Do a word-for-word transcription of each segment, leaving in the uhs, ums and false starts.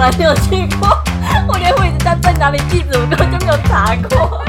来你有去过？我连护理师在哪里地址我根本就没有查过。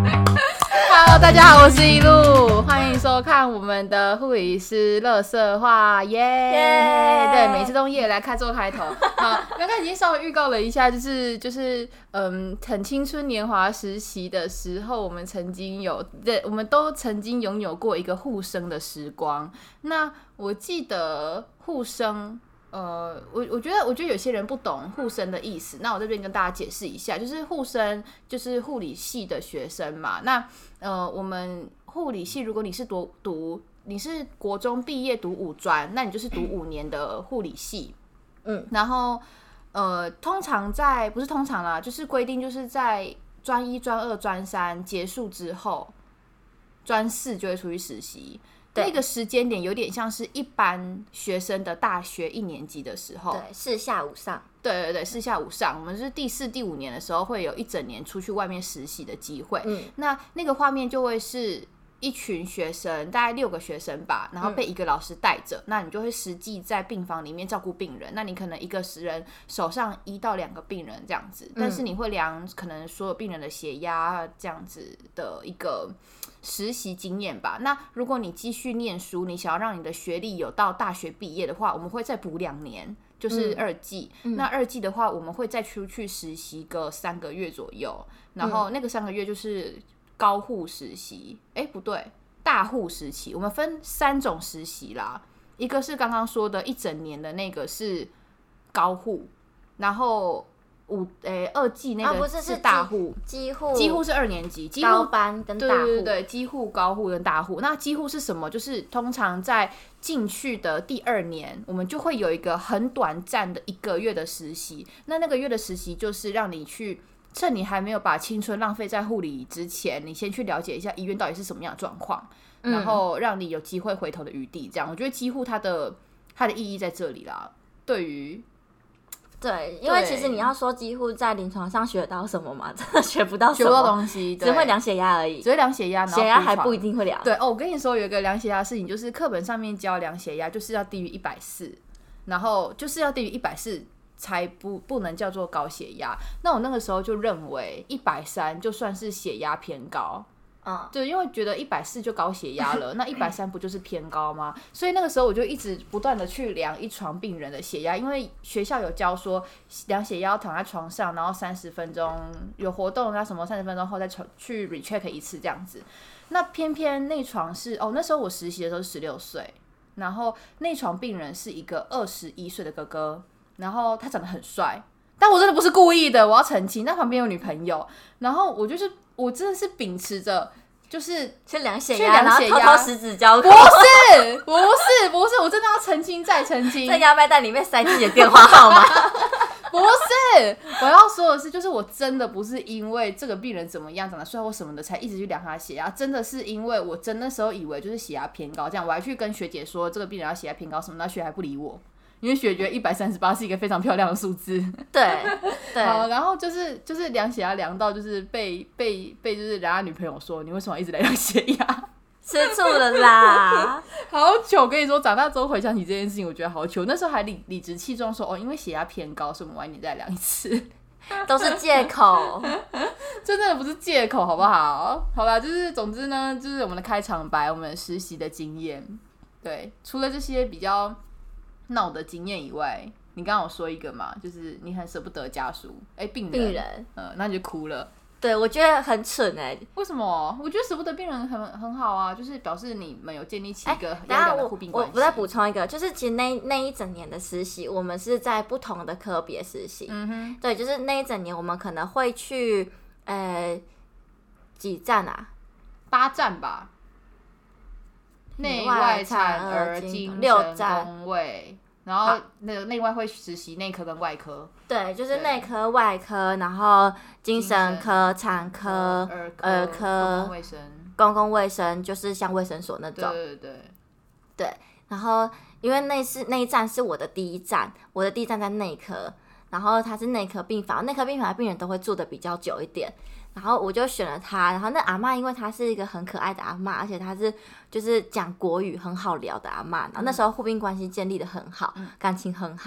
Hello， 大家好，我是一路，欢迎收看我们的护理师垃圾话，耶、yeah! yeah! 对，每次都耶来开做开头。好，刚刚已经稍微预告了一下，就是就是嗯，很青春年华实习的时候，我们曾经有，对，我们都曾经拥有过一个护生的时光。那我记得护生。呃，我我觉得，我觉得有些人不懂护生的意思，那我这边跟大家解释一下，就是护生就是护理系的学生嘛。那呃，我们护理系，如果你是读读你是国中毕业读五专，那你就是读五年的护理系，嗯，然后呃，通常在不是通常啦，就是规定就是在专一、专二、专三结束之后，专四就会出去实习。那个时间点有点像是一般学生的大学一年级的时候， 对，四下五上， 对对对，四下五上。我们是第四、第五年的时候会有一整年出去外面实习的机会。嗯，那那个画面就会是一群学生，大概六个学生吧，然后被一个老师带着、嗯，那你就会实际在病房里面照顾病人。那你可能一个人手上一到两个病人这样子，但是你会量可能所有病人的血压这样子的一个实习经验吧。那如果你继续念书，你想要让你的学历有到大学毕业的话，我们会再补两年，就是二季、嗯、那二季的话我们会再出去实习个三个月左右，然后那个三个月就是高护实习，哎，不对，大护实习。我们分三种实习啦，一个是刚刚说的一整年的那个是高护，然后五诶二季那个是大护， 基护基护是二年级，基护高班跟大护， 对对对，基护、高护跟大护。那基护是什么？就是通常在进去的第二年，我们就会有一个很短暂的一个月的实习。那那个月的实习就是让你去。趁你还没有把青春浪费在护理之前，你先去了解一下医院到底是什么样的状况、嗯，然后让你有机会回头的余地。这样，我觉得几乎它的它的意义在这里啦。对于对，因为其实你要说几乎在临床上学到什么嘛，真的学不到什么， 学不到东西， 只会量血压而已， 只会量血压，然后血压还不一定会量。 对哦，我跟你说有一个量血压的事情，就是课本上面教量血压就是要低于一百四，然后就是要低于一百四。才不不能叫做高血压。那我那个时候就认为一百三就算是血压偏高，嗯，对，因为觉得一百四就高血压了，那一百三不就是偏高吗？所以那个时候我就一直不断的去量一床病人的血压，因为学校有教说量血压要躺在床上，然后三十分钟有活动啊什么，三十分钟后再去 recheck 一次这样子。那偏偏那床是哦，那时候我实习的时候是十六岁，然后那床病人是一个二十一岁的哥哥。然后他长得很帅，但我真的不是故意的，我要澄清。那旁边有女朋友，然后我就是我真的是秉持着就是去量血压，然后偷偷十指交扣。 不是，不是，不是，我真的要澄清再澄清， 在压麦袋里面塞自己的电话号码。 不是，我要说的是，就是我真的不是因为这个病人怎么样长得帅或什么的才一直去量他的血压，真的是因为我真的时候以为就是血压偏高，这样我还去跟学姐说这个病人要血压偏高什么，那学姐还不理我。因为学觉得一百三十八是一个非常漂亮的数字， 对对， 好，然后就是就是量血压量到就是被被被就是人家女朋友说你为什么一直来量血压， 吃醋了啦， 好糗！跟你说，长大之后回想起这件事情，我觉得好糗。那时候还理理直气壮说哦，因为血压偏高，所以我们晚一点再量一次， 都是借口， 这真的不是借口，好不好？好啦，就是总之呢，就是我们的开场白，我们实习的经验，对，除了这些比较闹的经验以外，你刚刚有说一个嘛，就是你很舍不得家属，哎、欸，病人， 病人， 呃，那你就哭了。 对，我觉得很蠢哎、欸。 为什么？我觉得舍不得病人很很好啊，就是表示你们有建立起一个优良的护病关系。 我我再补充一个，就是其实那那一整年的实习，我们是在不同的科别实习。嗯哼，对，就是那一整年我们可能会去呃几站啊， 八站吧。内外产儿精神公卫，然后那个内外会实习内科跟外科， 对，就是内科、外科，然后精神科、产科、儿科、 公共卫生， 公共卫生就是像卫生所那种， 对对对对。然后因为那是那一站是我的第一站，我的第一站在内科，然后它是内科病房，内科病房的病人都会住的比较久一点。然后我就选了他，然后那阿嬷因为她是一个很可爱的阿嬷，而且她是就是讲国语很好聊的阿嬷，然后那时候护病关系建立的很好、嗯，感情很好。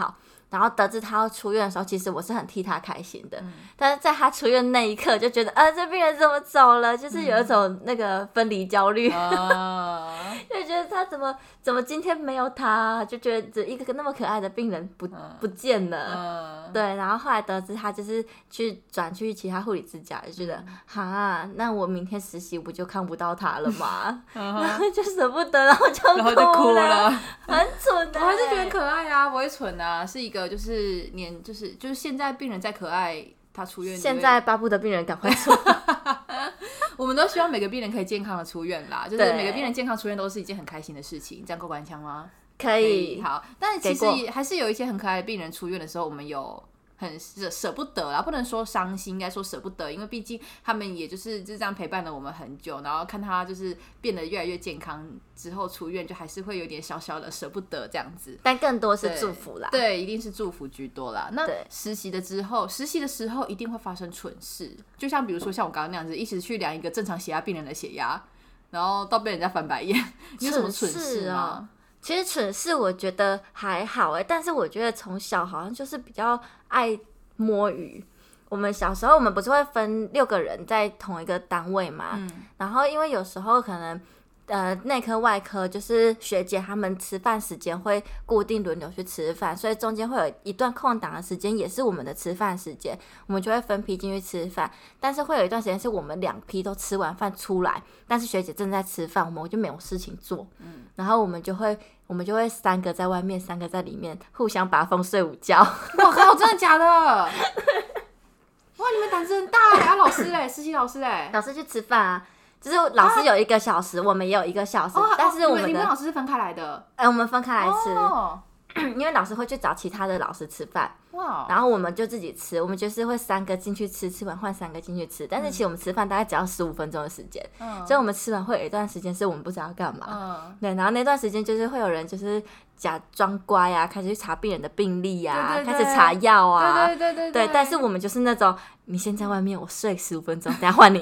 然后得知他要出院的时候，其实我是很替他开心的，嗯、但是在他出院那一刻就觉得啊，这病人怎么走了，就是有一种那个分离焦虑，嗯、就觉得他怎么怎么今天没有他，就觉得这一个那么可爱的病人不、嗯、不见了，嗯、对，然后后来得知他就是去转去其他护理之家，就觉得哈、嗯，那我明天实习不就看不到他了吗？嗯、然后就舍不得，然后就哭了，然后就哭了，很蠢的、欸。 我还是觉得可爱啊，不会蠢啊，是一个就是年就是就是现在病人再可爱，他出院现在巴不得病人赶快出我们都希望每个病人可以健康的出院啦，就是每个病人健康出院都是一件很开心的事情，这样够官腔吗？ 可以， 好，但其实还是有一些很可爱的病人出院的时候，我们有很舍舍不得啦，不能说伤心，应该说舍不得，因为毕竟他们也就是就这样陪伴了我们很久，然后看他就是变得越来越健康之后出院，就还是会有点小小的舍不得这样子， 但更多是祝福啦， 对，对，一定是祝福居多啦。那实习的之后，实习的时候一定会发生蠢事，就像比如说像我刚刚那样子，一直去量一个正常血压病人的血压，然后到被人家翻白眼，你有什么蠢事吗？ 其实蠢事我觉得还好哎、欸，但是我觉得从小好像就是比较爱摸鱼。我们小时候我们不是会分六个人在同一个单位嘛，嗯、然后因为有时候可能呃内科外科就是学姐他们吃饭时间会固定轮流去吃饭，所以中间会有一段空档的时间也是我们的吃饭时间，我们就会分批进去吃饭，但是会有一段时间是我们两批都吃完饭出来，但是学姐正在吃饭，我们就没有事情做，嗯、然后我们就会我们就会三个在外面，三个在里面，互相把风睡午觉。 我靠，真的假的？哇，你们胆子很大哎！啊，老师嘞，实习老师嘞， 老师去吃饭啊，就是老师有一个小时，啊、我们也有一个小时， 哦、 但是我们的、 哦、你们老师是分开来的， 哎、呃，我们分开来吃。 哦因为老师会去找其他的老师吃饭，哇，然后我们就自己吃，我们就是会三个进去吃，吃完换三个进去吃，但是其实我们吃饭大概只要十五分钟的时间，嗯，所以我们吃完会有一段时间是我们不知道干嘛，嗯，对，然后那段时间就是会有人就是假装乖啊，开始去查病人的病历啊，对对对，开始查药啊， 对对对 对, 对, 对，但是我们就是那种你先在外面，我睡十五分钟，等一下换你。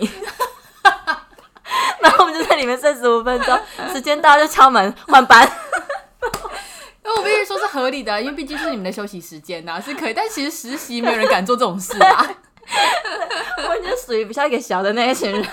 然后我们就在里面睡十五分钟，时间到就敲门换班。 因为我必须说是合理的，因为毕竟是你们的休息时间呐、啊，是可以。但其实实习没有人敢做这种事啊。 我们就属于比较一个小的那一群人，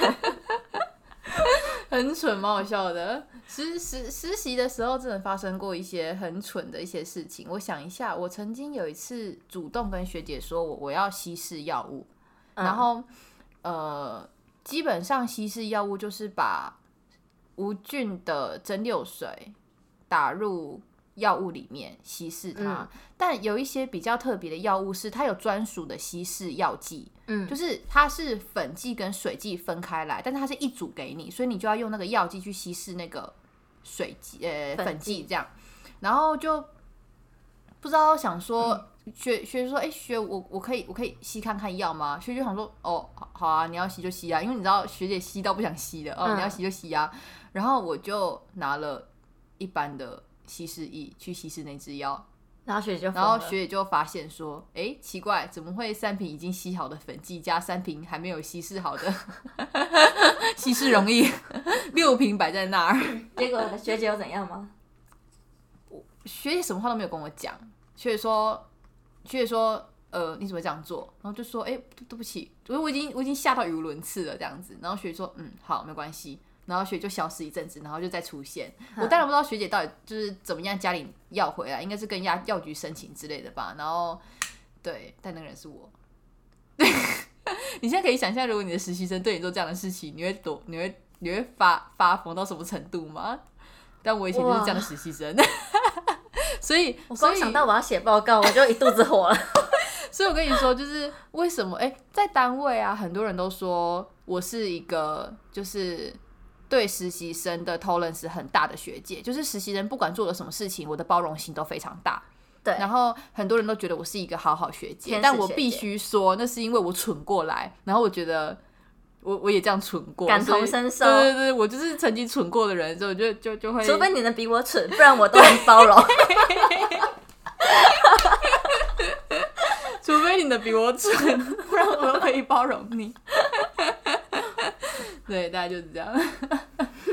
很蠢，蛮好笑的。实实实习的时候，真的发生过一些很蠢的一些事情。我想一下，我曾经有一次主动跟学姐说我我要稀释药物，嗯、然后呃，基本上稀释药物就是把无菌的蒸馏水打入药物里面稀释它、嗯、但有一些比较特别的药物是它有专属的稀释药剂、嗯、就是它是粉剂跟水剂分开来，但是它是一组给你，所以你就要用那个药剂去稀释那个水剂呃粉剂这样，然后就不知道想说、嗯、学学说哎、欸、学我我可以我可以吸看看药吗？学就想说哦好啊，你要吸就吸啊，因为你知道学姐吸到不想吸的哦、嗯、你要吸就吸啊，然后我就拿了一般的稀释液去稀释那支药， 然后学姐就然后学姐就发现说，哎，奇怪，怎么会三瓶已经稀好的粉剂加三瓶还没有稀释好的稀释溶液，六瓶摆在那儿？ 结果学姐有怎样吗？ 学姐什么话都没有跟我讲，学姐说，学姐说，呃，你怎么这样做？然后就说，哎，对不起，我已经我已经吓到语无伦次了这样子。然后学姐说，嗯，好，没关系。然后学姐就消失一阵子，然后就再出现。我当然不知道学姐到底就是怎么样家里要回来，应该是跟药药局申请之类的吧。然后对，但那个人是我。你现在可以想象，如果你的实习生对你做这样的事情，你会多，你会你会发发疯到什么程度吗？但我以前就是这样的实习生，所以我刚想到我要写报告，我就一肚子火了。 所以我跟你说，就是为什么哎，在单位啊，很多人都说我是一个就是对实习生的 tolerance 很大的学姐，就是实习生不管做了什么事情，我的包容性都非常大。对，然后很多人都觉得我是一个好好学姐，但我必须说，那是因为我蠢过来，然后我觉得我我也这样蠢过， 感同身受。 对对对，我就是曾经蠢过的人，所以我就就就会， 除非你能比我蠢，不然我都很包容。 除非你能比我蠢，不然我都可以包容你。对，大概就是这样。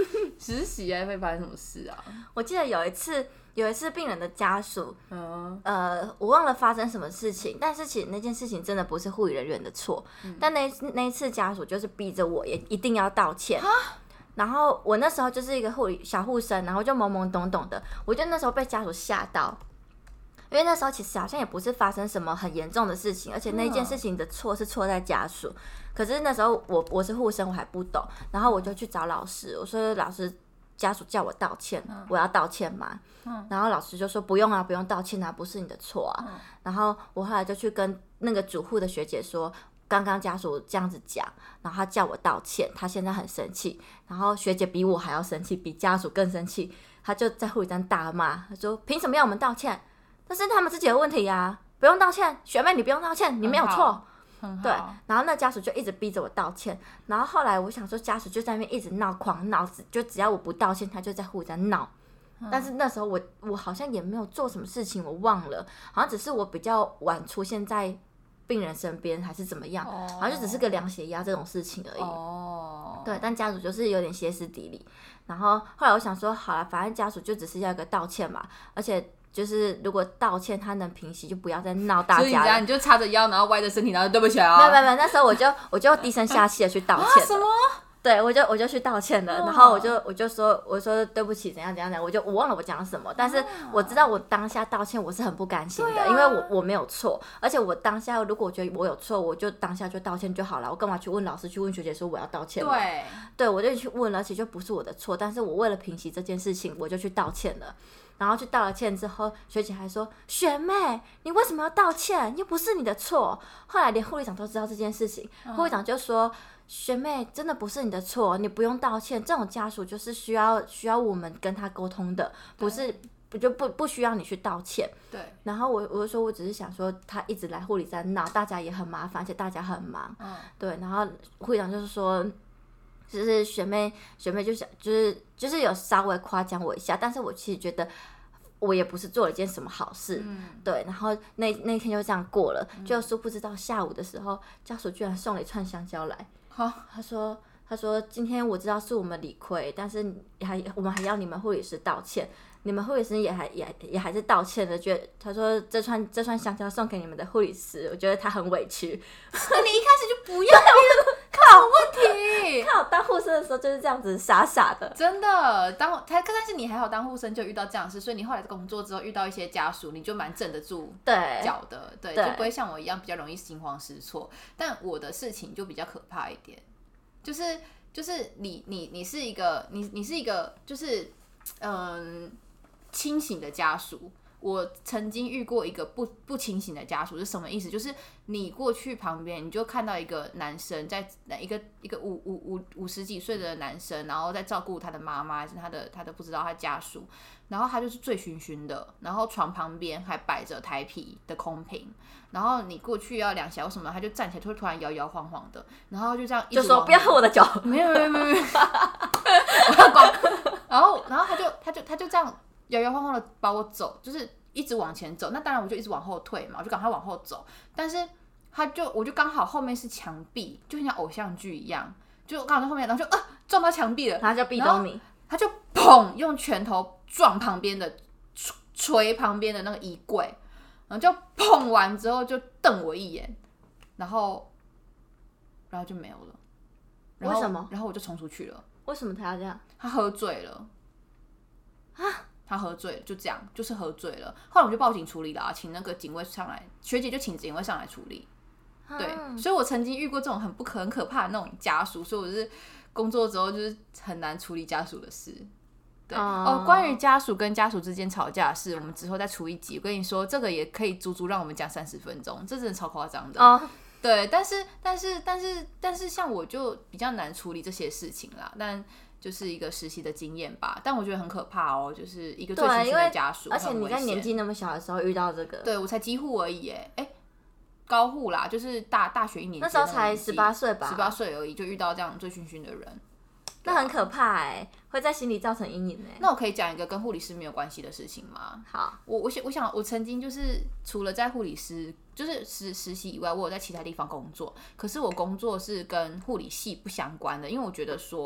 实习还会发生什么事啊？ 我记得有一次，有一次病人的家属， 嗯， 呃，我忘了发生什么事情，但是其实那件事情真的不是护理人员的错，嗯、但那那一次家属就是逼着我也一定要道歉。然后我那时候就是一个护理小护生，然后就懵懵懂懂的，我就那时候被家属吓到。因为那时候其实好像也不是发生什么很严重的事情，而且那件事情的错是错在家属。可是那时候我我是护生，我还不懂，然后我就去找老师，我说老师，家属叫我道歉，我要道歉吗？然后老师就说不用啊，不用道歉啊，不是你的错啊。然后我后来就去跟那个主护的学姐说，刚刚家属这样子讲，然后他叫我道歉，他现在很生气。然后学姐比我还要生气，比家属更生气，他就在护理站大骂，他说凭什么要我们道歉？但是他们自己的问题啊，不用道歉，学妹你不用道歉，你没有错。对，然后那家属就一直逼着我道歉，然后后来我想说家属就在那边一直闹，狂闹，就只要我不道歉，他就在护理站闹。但是那时候我我好像也没有做什么事情，我忘了，好像只是我比较晚出现在病人身边还是怎么样，哦、好像就只是个量血压这种事情而已。哦，对，但家属就是有点歇斯底里。然后后来我想说，好了，反正家属就只是要一个道歉嘛，而且就是如果道歉他能平息，就不要再闹大家了。 所以你这样你就叉着腰，然后歪着身体，然后对不起啊。 没有没有没有，那时候我就我就低声下气的去道歉、啊。 什么？ 对，我就我就去道歉了，然后我就我就说我说对不起，怎样怎样怎样，我就我忘了我讲什么，但是我知道我当下道歉我是很不甘心的，啊、因为我我没有错，而且我当下如果我觉得我有错，我就当下就道歉就好了，我干嘛去问老师去问学姐说我要道歉？ 对， 对我就去问了，而且就不是我的错，但是我为了平息这件事情，我就去道歉了。然后去道了歉之后，学姐还说：“学妹，你为什么要道歉？又不是你的错。”后来连护理长都知道这件事情，护理长就说：“学妹，真的不是你的错，你不用道歉。这种家属就是需要需要我们跟他沟通的，不是不就不不需要你去道歉。” 对。 然后我我就说，我只是想说，他一直来护理站闹，大家也很麻烦，而且大家很忙。嗯。对，然后护理长就是说。就是学妹，学妹就想，就是就是有稍微夸奖我一下，但是我其实觉得我也不是做了一件什么好事，嗯、对。然后那那天就这样过了，就殊不知到下午的时候，家属居然送了一串香蕉来， 好， 他说他说今天我知道是我们理亏，但是还我们还要你们护理师道歉。你们护理师也还也也还是道歉的，觉得他说这串这串香蕉送给你们的护理师，我觉得他很委屈。 那你一开始就不要靠问题， 靠当护士的时候就是这样子傻傻的， 真的当他，但是你还好当护生就遇到这样的事，所以你后来工作之后遇到一些家属，你就蛮镇得住脚的，对，对，就不会像我一样比较容易惊慌失措。但我的事情就比较可怕一点，就是就是你你你是一个你你是一个就是嗯。清醒的家属，我曾经遇过一个不不清醒的家属，是什么意思？就是你过去旁边，你就看到一个男生在一个一个五五五五十几岁的男生，然后在照顾他的妈妈，还是他的他的不知道他家属，然后他就是醉醺醺的，然后床旁边还摆着台啤的空瓶，然后你过去要量小什么，他就站起来，就会突然摇摇晃晃的，然后就这样一直就说不要喝我的酒， 没有没有没有没有，我要光，然后然后他就他就他就这样。摇摇晃晃的把我走，就是一直往前走。那当然我就一直往后退嘛，我就赶快往后走。但是他就我就刚好后面是墙壁，就像偶像剧一样，就刚好在后面，然后就啊撞到墙壁了， 他就壁咚你， 他就砰用拳头撞旁边的捶旁边的那个衣柜，然后就砰完之后就瞪我一眼，然后然后就没有了。 为什么？ 然后我就冲出去了。 为什么他要这样？ 他喝醉了啊！他喝醉了，就这样，就是喝醉了。后来我们就报警处理了，请那个警卫上来，学姐就请警卫上来处理。对，嗯、所以我曾经遇过这种很不可很可怕的那种家属，所以我是工作之后就是很难处理家属的事。对、嗯、哦，关于家属跟家属之间吵架的事，我们之后再出一集。我跟你说，这个也可以足足让我们讲三十分钟，这真的超夸张的。哦、对，但是但是但是但是像我就比较难处理这些事情啦，但。就是一个实习的经验吧，但我觉得很可怕哦，就是一个醉醺醺的家属， 而且你在年纪那么小的时候遇到这个， 对我才几户而已耶，哎、欸，高户啦，就是大大学一年级那时候才十八岁吧， 十八岁而已就遇到这样醉醺醺的人， 那很可怕哎，会在心里造成阴影哎。 那我可以讲一个跟护理师没有关系的事情吗？ 好， 我我想我想我曾经就是除了在护理师就是实实习以外，我有在其他地方工作，可是我工作是跟护理系不相关的，因为我觉得说。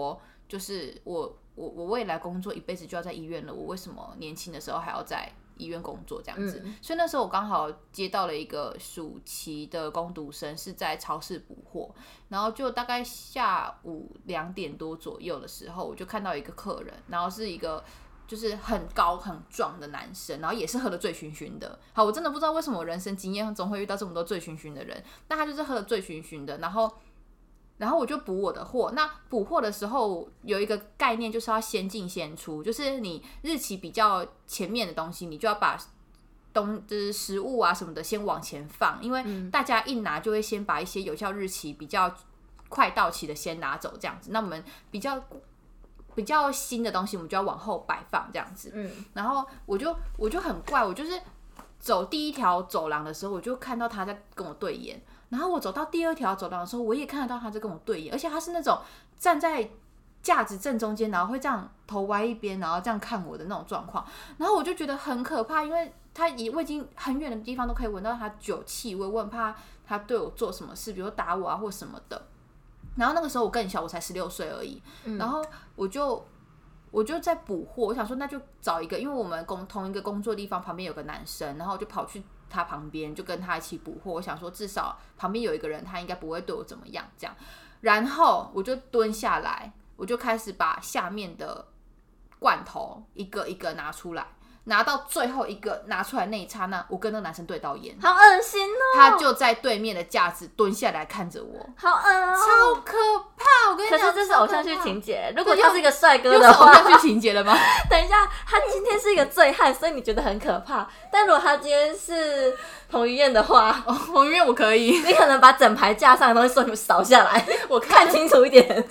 就是我我我未来工作一辈子就要在医院了，我为什么年轻的时候还要在医院工作这样子？嗯、所以那时候我刚好接到了一个暑期的工读生，是在超市补货，然后就大概下午两点多左右的时候，我就看到一个客人，然后是一个就是很高很壮的男生，然后也是喝得醉醺醺的。好，我真的不知道为什么我人生经验总会遇到这么多醉醺醺的人，但他就是喝得醉醺醺的，然后。然后我就补我的货，那补货的时候有一个概念，就是要先进先出，就是你日期比较前面的东西，你就要把东就是食物啊什么的先往前放，因为大家一拿就会先把一些有效日期比较快到期的先拿走，这样子。那我们比较比较新的东西，我们就要往后摆放这样子。嗯，然后我就我就很怪，我就是走第一条走廊的时候，我就看到他在跟我对眼。然后我走到第二条走廊的时候，我也看得到他在跟我对眼，而且他是那种站在架子正中间，然后会这样头歪一边，然后这样看我的那种状况。然后我就觉得很可怕，因为他已我已经很远的地方都可以闻到他酒气味，我很怕他对我做什么事，比如打我啊或什么的。然后那个时候我更小，我才十六岁而已，嗯、然后我就。我就在补货，我想说那就找一个，因为我们工同一个工作地方旁边有个男生，然后我就跑去他旁边，就跟他一起补货。我想说至少旁边有一个人，他应该不会对我怎么样这样。然后我就蹲下来，我就开始把下面的罐头一个一个拿出来。拿到最后一个拿出来那一刹那，我跟那个男生对到眼， 好恶心哦！ 他就在对面的架子蹲下来看着我， 好恶哦， 超可怕！我跟你讲， 可是这是偶像剧情节。如果他是一个帅哥的话， 又是偶像剧情节了吗？ 等一下，他今天是一个醉汉，所以你觉得很可怕。但如果他今天是彭于晏的话， 哦、彭于晏我可以， 你可能把整排架上的东西说扫下来，我看清楚一点。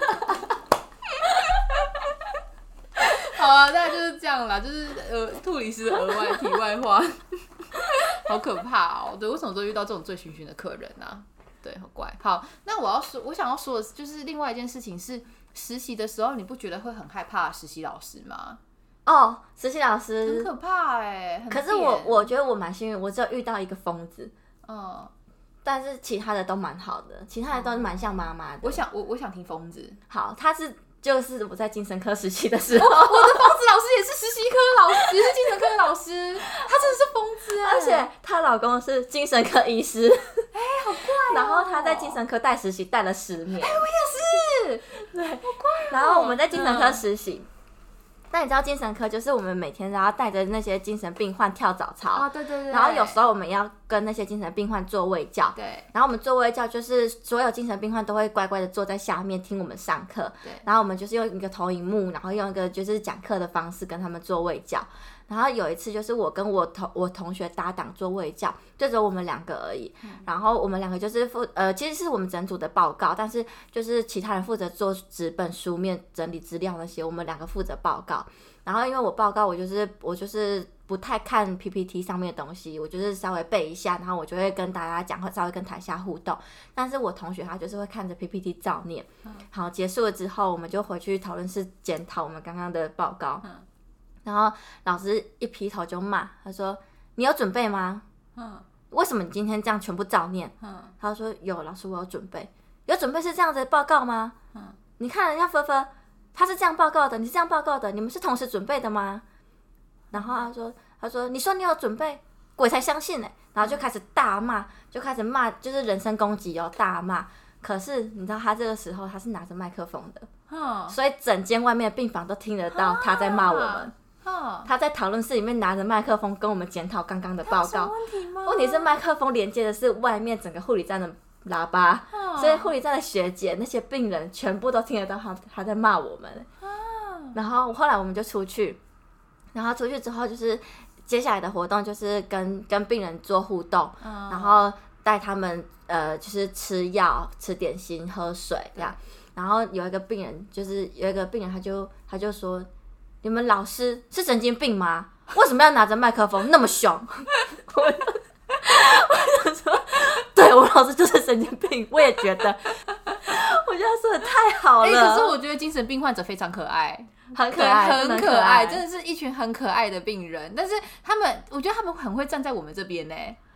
好啊，大概就是这样啦，就是呃，兔里斯额外题外话，好可怕哦！对，为什么都遇到这种醉醺醺的客人啊？对，好怪。好，那我要说，我想要说的就是另外一件事情是，实习的时候你不觉得会很害怕实习老师吗？ 哦，实习老师很可怕哎、欸。 可是我我觉得我蛮幸运，我只有遇到一个疯子，嗯，但是其他的都蛮好的，其他的都蛮像妈妈的。 我想我我想听疯子。 好，他是。就是我在精神科实习的时候， 我的疯子老师也是实习科老师，也是精神科的老师，他真的是疯子哎！ 而且她老公是精神科医师， 哎、欸，好怪哦！ 然后他在精神科带实习带了十年， 哎、欸，我也是， 对， 好怪哦。 然后我们在精神科实习。嗯，那你知道精神科就是我们每天都要带着那些精神病患跳早操啊，对对对。 然后有时候我们要跟那些精神病患做卫教， 对。 然后我们做卫教就是所有精神病患都会乖乖的坐在下面听我们上课， 对。 然后我们就是用一个投影幕，然后用一个就是讲课的方式跟他们做卫教。然后有一次就是我跟我同我同学搭档做卫教，就只有我们两个而已。嗯、然后我们两个就是负呃，其实是我们整组的报告，但是就是其他人负责做纸本书面整理资料那些，我们两个负责报告。然后因为我报告我就是我就是不太看 P P T 上面的东西，我就是稍微背一下，然后我就会跟大家讲，会稍微跟台下互动。但是我同学他就是会看着 P P T 照念。嗯、好，结束了之后，我们就回去讨论室检讨我们刚刚的报告。嗯、然后老师一劈头就骂，他说：“你有准备吗？嗯，为什么你今天这样全部照念？”嗯、他说：“有，老师，我有准备。有准备是这样子的报告吗？嗯，你看人家芬芬。他是这样报告的，你是这样报告的，你们是同时准备的吗？”然后他说：“他说你说你有准备，鬼才相信呢、欸。”然后就开始大骂，就开始骂，就是人身攻击哦，大骂。可是你知道他这个时候他是拿着麦克风的，嗯、所以整间外面的病房都听得到他在骂我们。嗯、他在讨论室里面拿着麦克风跟我们检讨刚刚的报告。 问题吗？ 问题是麦克风连接的是外面整个护理站的喇叭，哦、所以护理站的学姐那些病人全部都听得到他他在骂我们。哦、然后后来我们就出去，然后出去之后就是接下来的活动就是跟跟病人做互动，哦、然后带他们呃就是吃药、吃点心、喝水这样。然后有一个病人就是有一个病人他就他就说：“你们老师是神经病吗？为什么要拿着麦克风那么凶？”我我就说。对，我老师就是神经病，我也觉得，我觉得他说的太好了。 欸、可是我觉得精神病患者非常可爱， 很可爱， 很可爱，真的是一群很可爱的病人。但是他们，我觉得他们很会站在我们这边呢。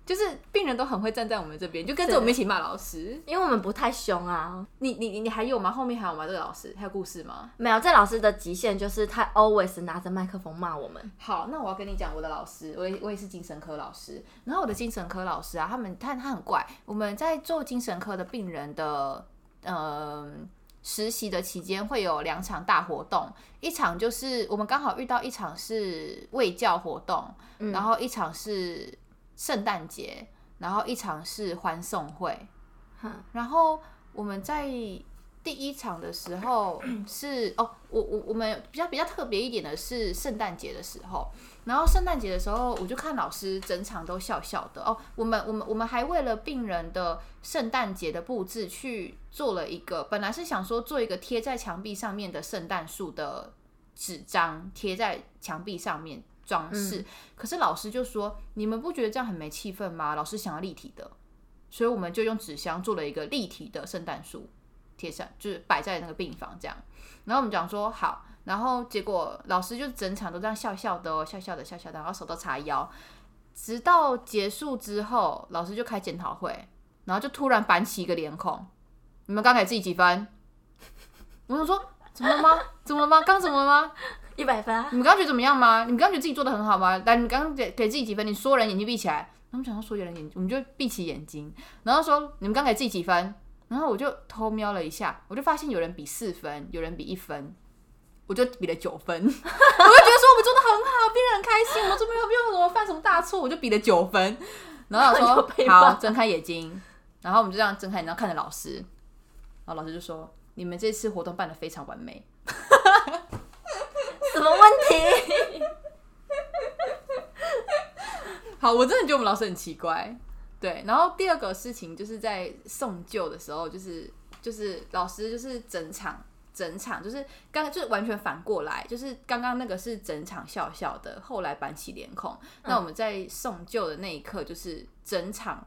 就是病人都很会站在我们这边，就跟着我们一起骂老师， 因为我们不太凶啊。 你你你还有吗？后面还有吗？这个老师还有故事吗？ 没有，这老师的极限就是他 always 拿着麦克风骂我们。 好，那我要跟你讲我的老师，我也我也是精神科老师。然后我的精神科老师啊，他们他他很怪，我们在做精神科的病人的呃实习的期间会有两场大活动，一场就是我们刚好遇到一场是卫教活动，嗯、然后一场是圣诞节，然后一场是欢送会。然后我们在第一场的时候是哦，我我我们比较比较特别一点的是圣诞节的时候，然后圣诞节的时候我就看老师整场都笑笑的哦。我们我们我们还为了病人的圣诞节的布置去做了一个，本来是想说做一个贴在墙壁上面的圣诞树的纸张，贴在墙壁上面装饰。嗯、可是老师就说：“你们不觉得这样很没气氛吗？”老师想要立体的，所以我们就用纸箱做了一个立体的圣诞树。贴上就是摆在那个病房这样，然后我们讲说好，然后结果老师就整场都这样笑笑的哦，笑笑的笑笑的，然后手都叉腰，直到结束之后，老师就开检讨会，然后就突然板起一个脸孔，你们刚给自己几分？我想说怎么了吗？怎么了吗？刚怎么了吗？ 一百分啊！ 你们刚觉得怎么样吗？你们刚觉得自己做的很好吗？来，你刚刚给给自己几分？你所有人眼睛闭起来，我们想说所有人眼睛，我们就闭起眼睛，然后说你们刚给自己几分？然后我就偷瞄了一下，我就发现有人比四分，有人比一分，我就比了九分。我就觉得说我们做的很好，病人很开心，我们这边没有什么犯什么大错，我就比了九分。然后我说好，睁开眼睛，然后我们就这样睁开眼睛看着老师，然后老师就说：“你们这次活动办得非常完美。” 什么问题？ 好，我真的觉得我们老师很奇怪。对，然后第二个事情就是在送旧的时候，就是就是老师就是整场整场就是刚刚就是完全反过来，就是刚刚那个是整场笑笑的，后来板起脸孔。嗯、那我们在送旧的那一刻，就是整场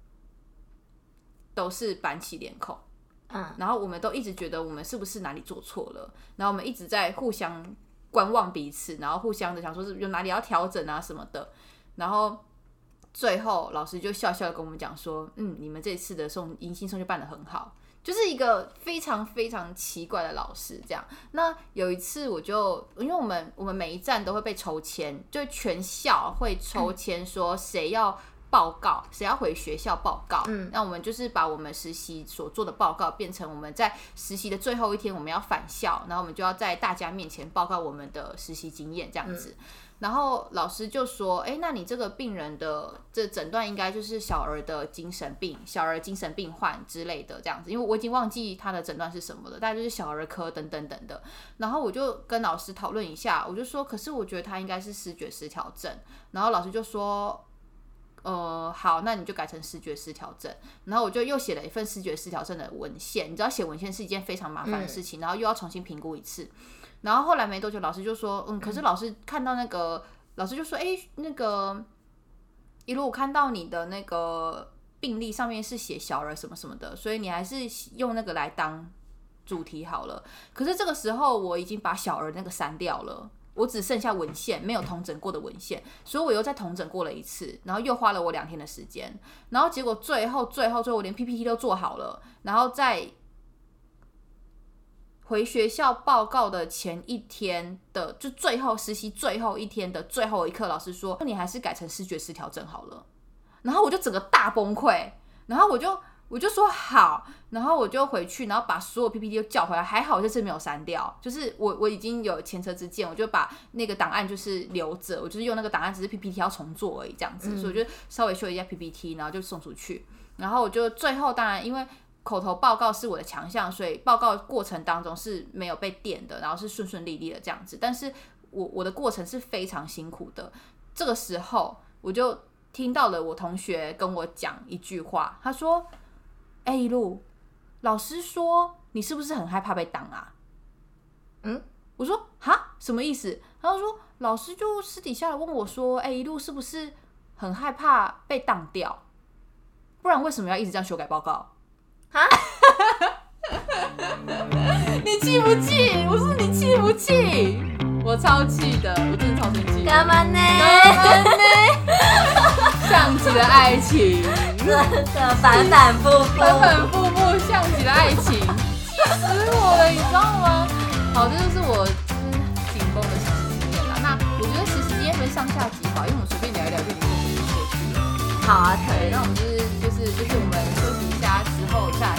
都是板起脸孔。嗯，然后我们都一直觉得我们是不是哪里做错了，然后我们一直在互相观望彼此，然后互相的想说是有哪里要调整啊什么的，然后。最后老师就笑笑的跟我们讲说，嗯，你们这次的送迎新送就办得很好，就是一个非常非常奇怪的老师这样。那有一次我就因为我们我们每一站都会被抽签，就全校会抽签说谁要报告，谁要回学校报告。嗯，那我们就是把我们实习所做的报告变成我们在实习的最后一天我们要返校，然后我们就要在大家面前报告我们的实习经验这样子。嗯，然后老师就说：“哎，那你这个病人的这诊断应该就是小儿的精神病、小儿精神病患之类的这样子，因为我已经忘记他的诊断是什么了，大概就是小儿科等等等的。”然后我就跟老师讨论一下，我就说：“可是我觉得他应该是思觉失调症。”然后老师就说：“呃，好，那你就改成思觉失调症。”然后我就又写了一份思觉失调症的文献，你知道写文献是一件非常麻烦的事情，嗯、然后又要重新评估一次。然后后来没多久，老师就说：“嗯，可是老师看到那个，老师就说，哎，那个一路我看到你的那个病历上面是写小儿什么什么的，所以你还是用那个来当主题好了。可是这个时候我已经把小儿那个删掉了，我只剩下文献，没有统整过的文献，所以我又再统整过了一次，然后又花了我两天的时间，然后结果最后最后最后我连 P P T 都做好了，然后再。”回学校报告的前一天的，就最后实习最后一天的最后一刻，老师说你还是改成思觉失调症好了。然后我就整个大崩溃，然后我就我就说好，然后我就回去，然后把所有 P P T 都叫回来。还好这次没有删掉，就是我我已经有前车之鉴，我就把那个档案就是留着，我就是用那个档案，只是 P P T 要重做而已这样子，嗯、所以我就稍微修一下 P P T， 然后就送出去。然后我就最后当然因为。口头报告是我的强项，所以报告过程当中是没有被电的，然后是顺顺利利的这样子。但是我我的过程是非常辛苦的。这个时候我就听到了我同学跟我讲一句话，他说：“哎、欸，一路老师说你是不是很害怕被当啊？”嗯，我说哈什么意思？他就说老师就私底下来问我说：“哎、欸，一路是不是很害怕被当掉？不然为什么要一直这样修改报告？”哈，你气不气？我说你气不气？我超气的，我真的超生气。 干嘛呢？ 干嘛呢？ 像极了爱情， 真的反反复复， 反反复复像极了爱情，气死我了，你知道吗？好，这就是我就是紧绷的实习经验啦。那我觉得实习经验分上下集好，因为我们随便聊一聊就已经过去了。 好啊，可以。 那我们就是就是就是我们休息一下之后再来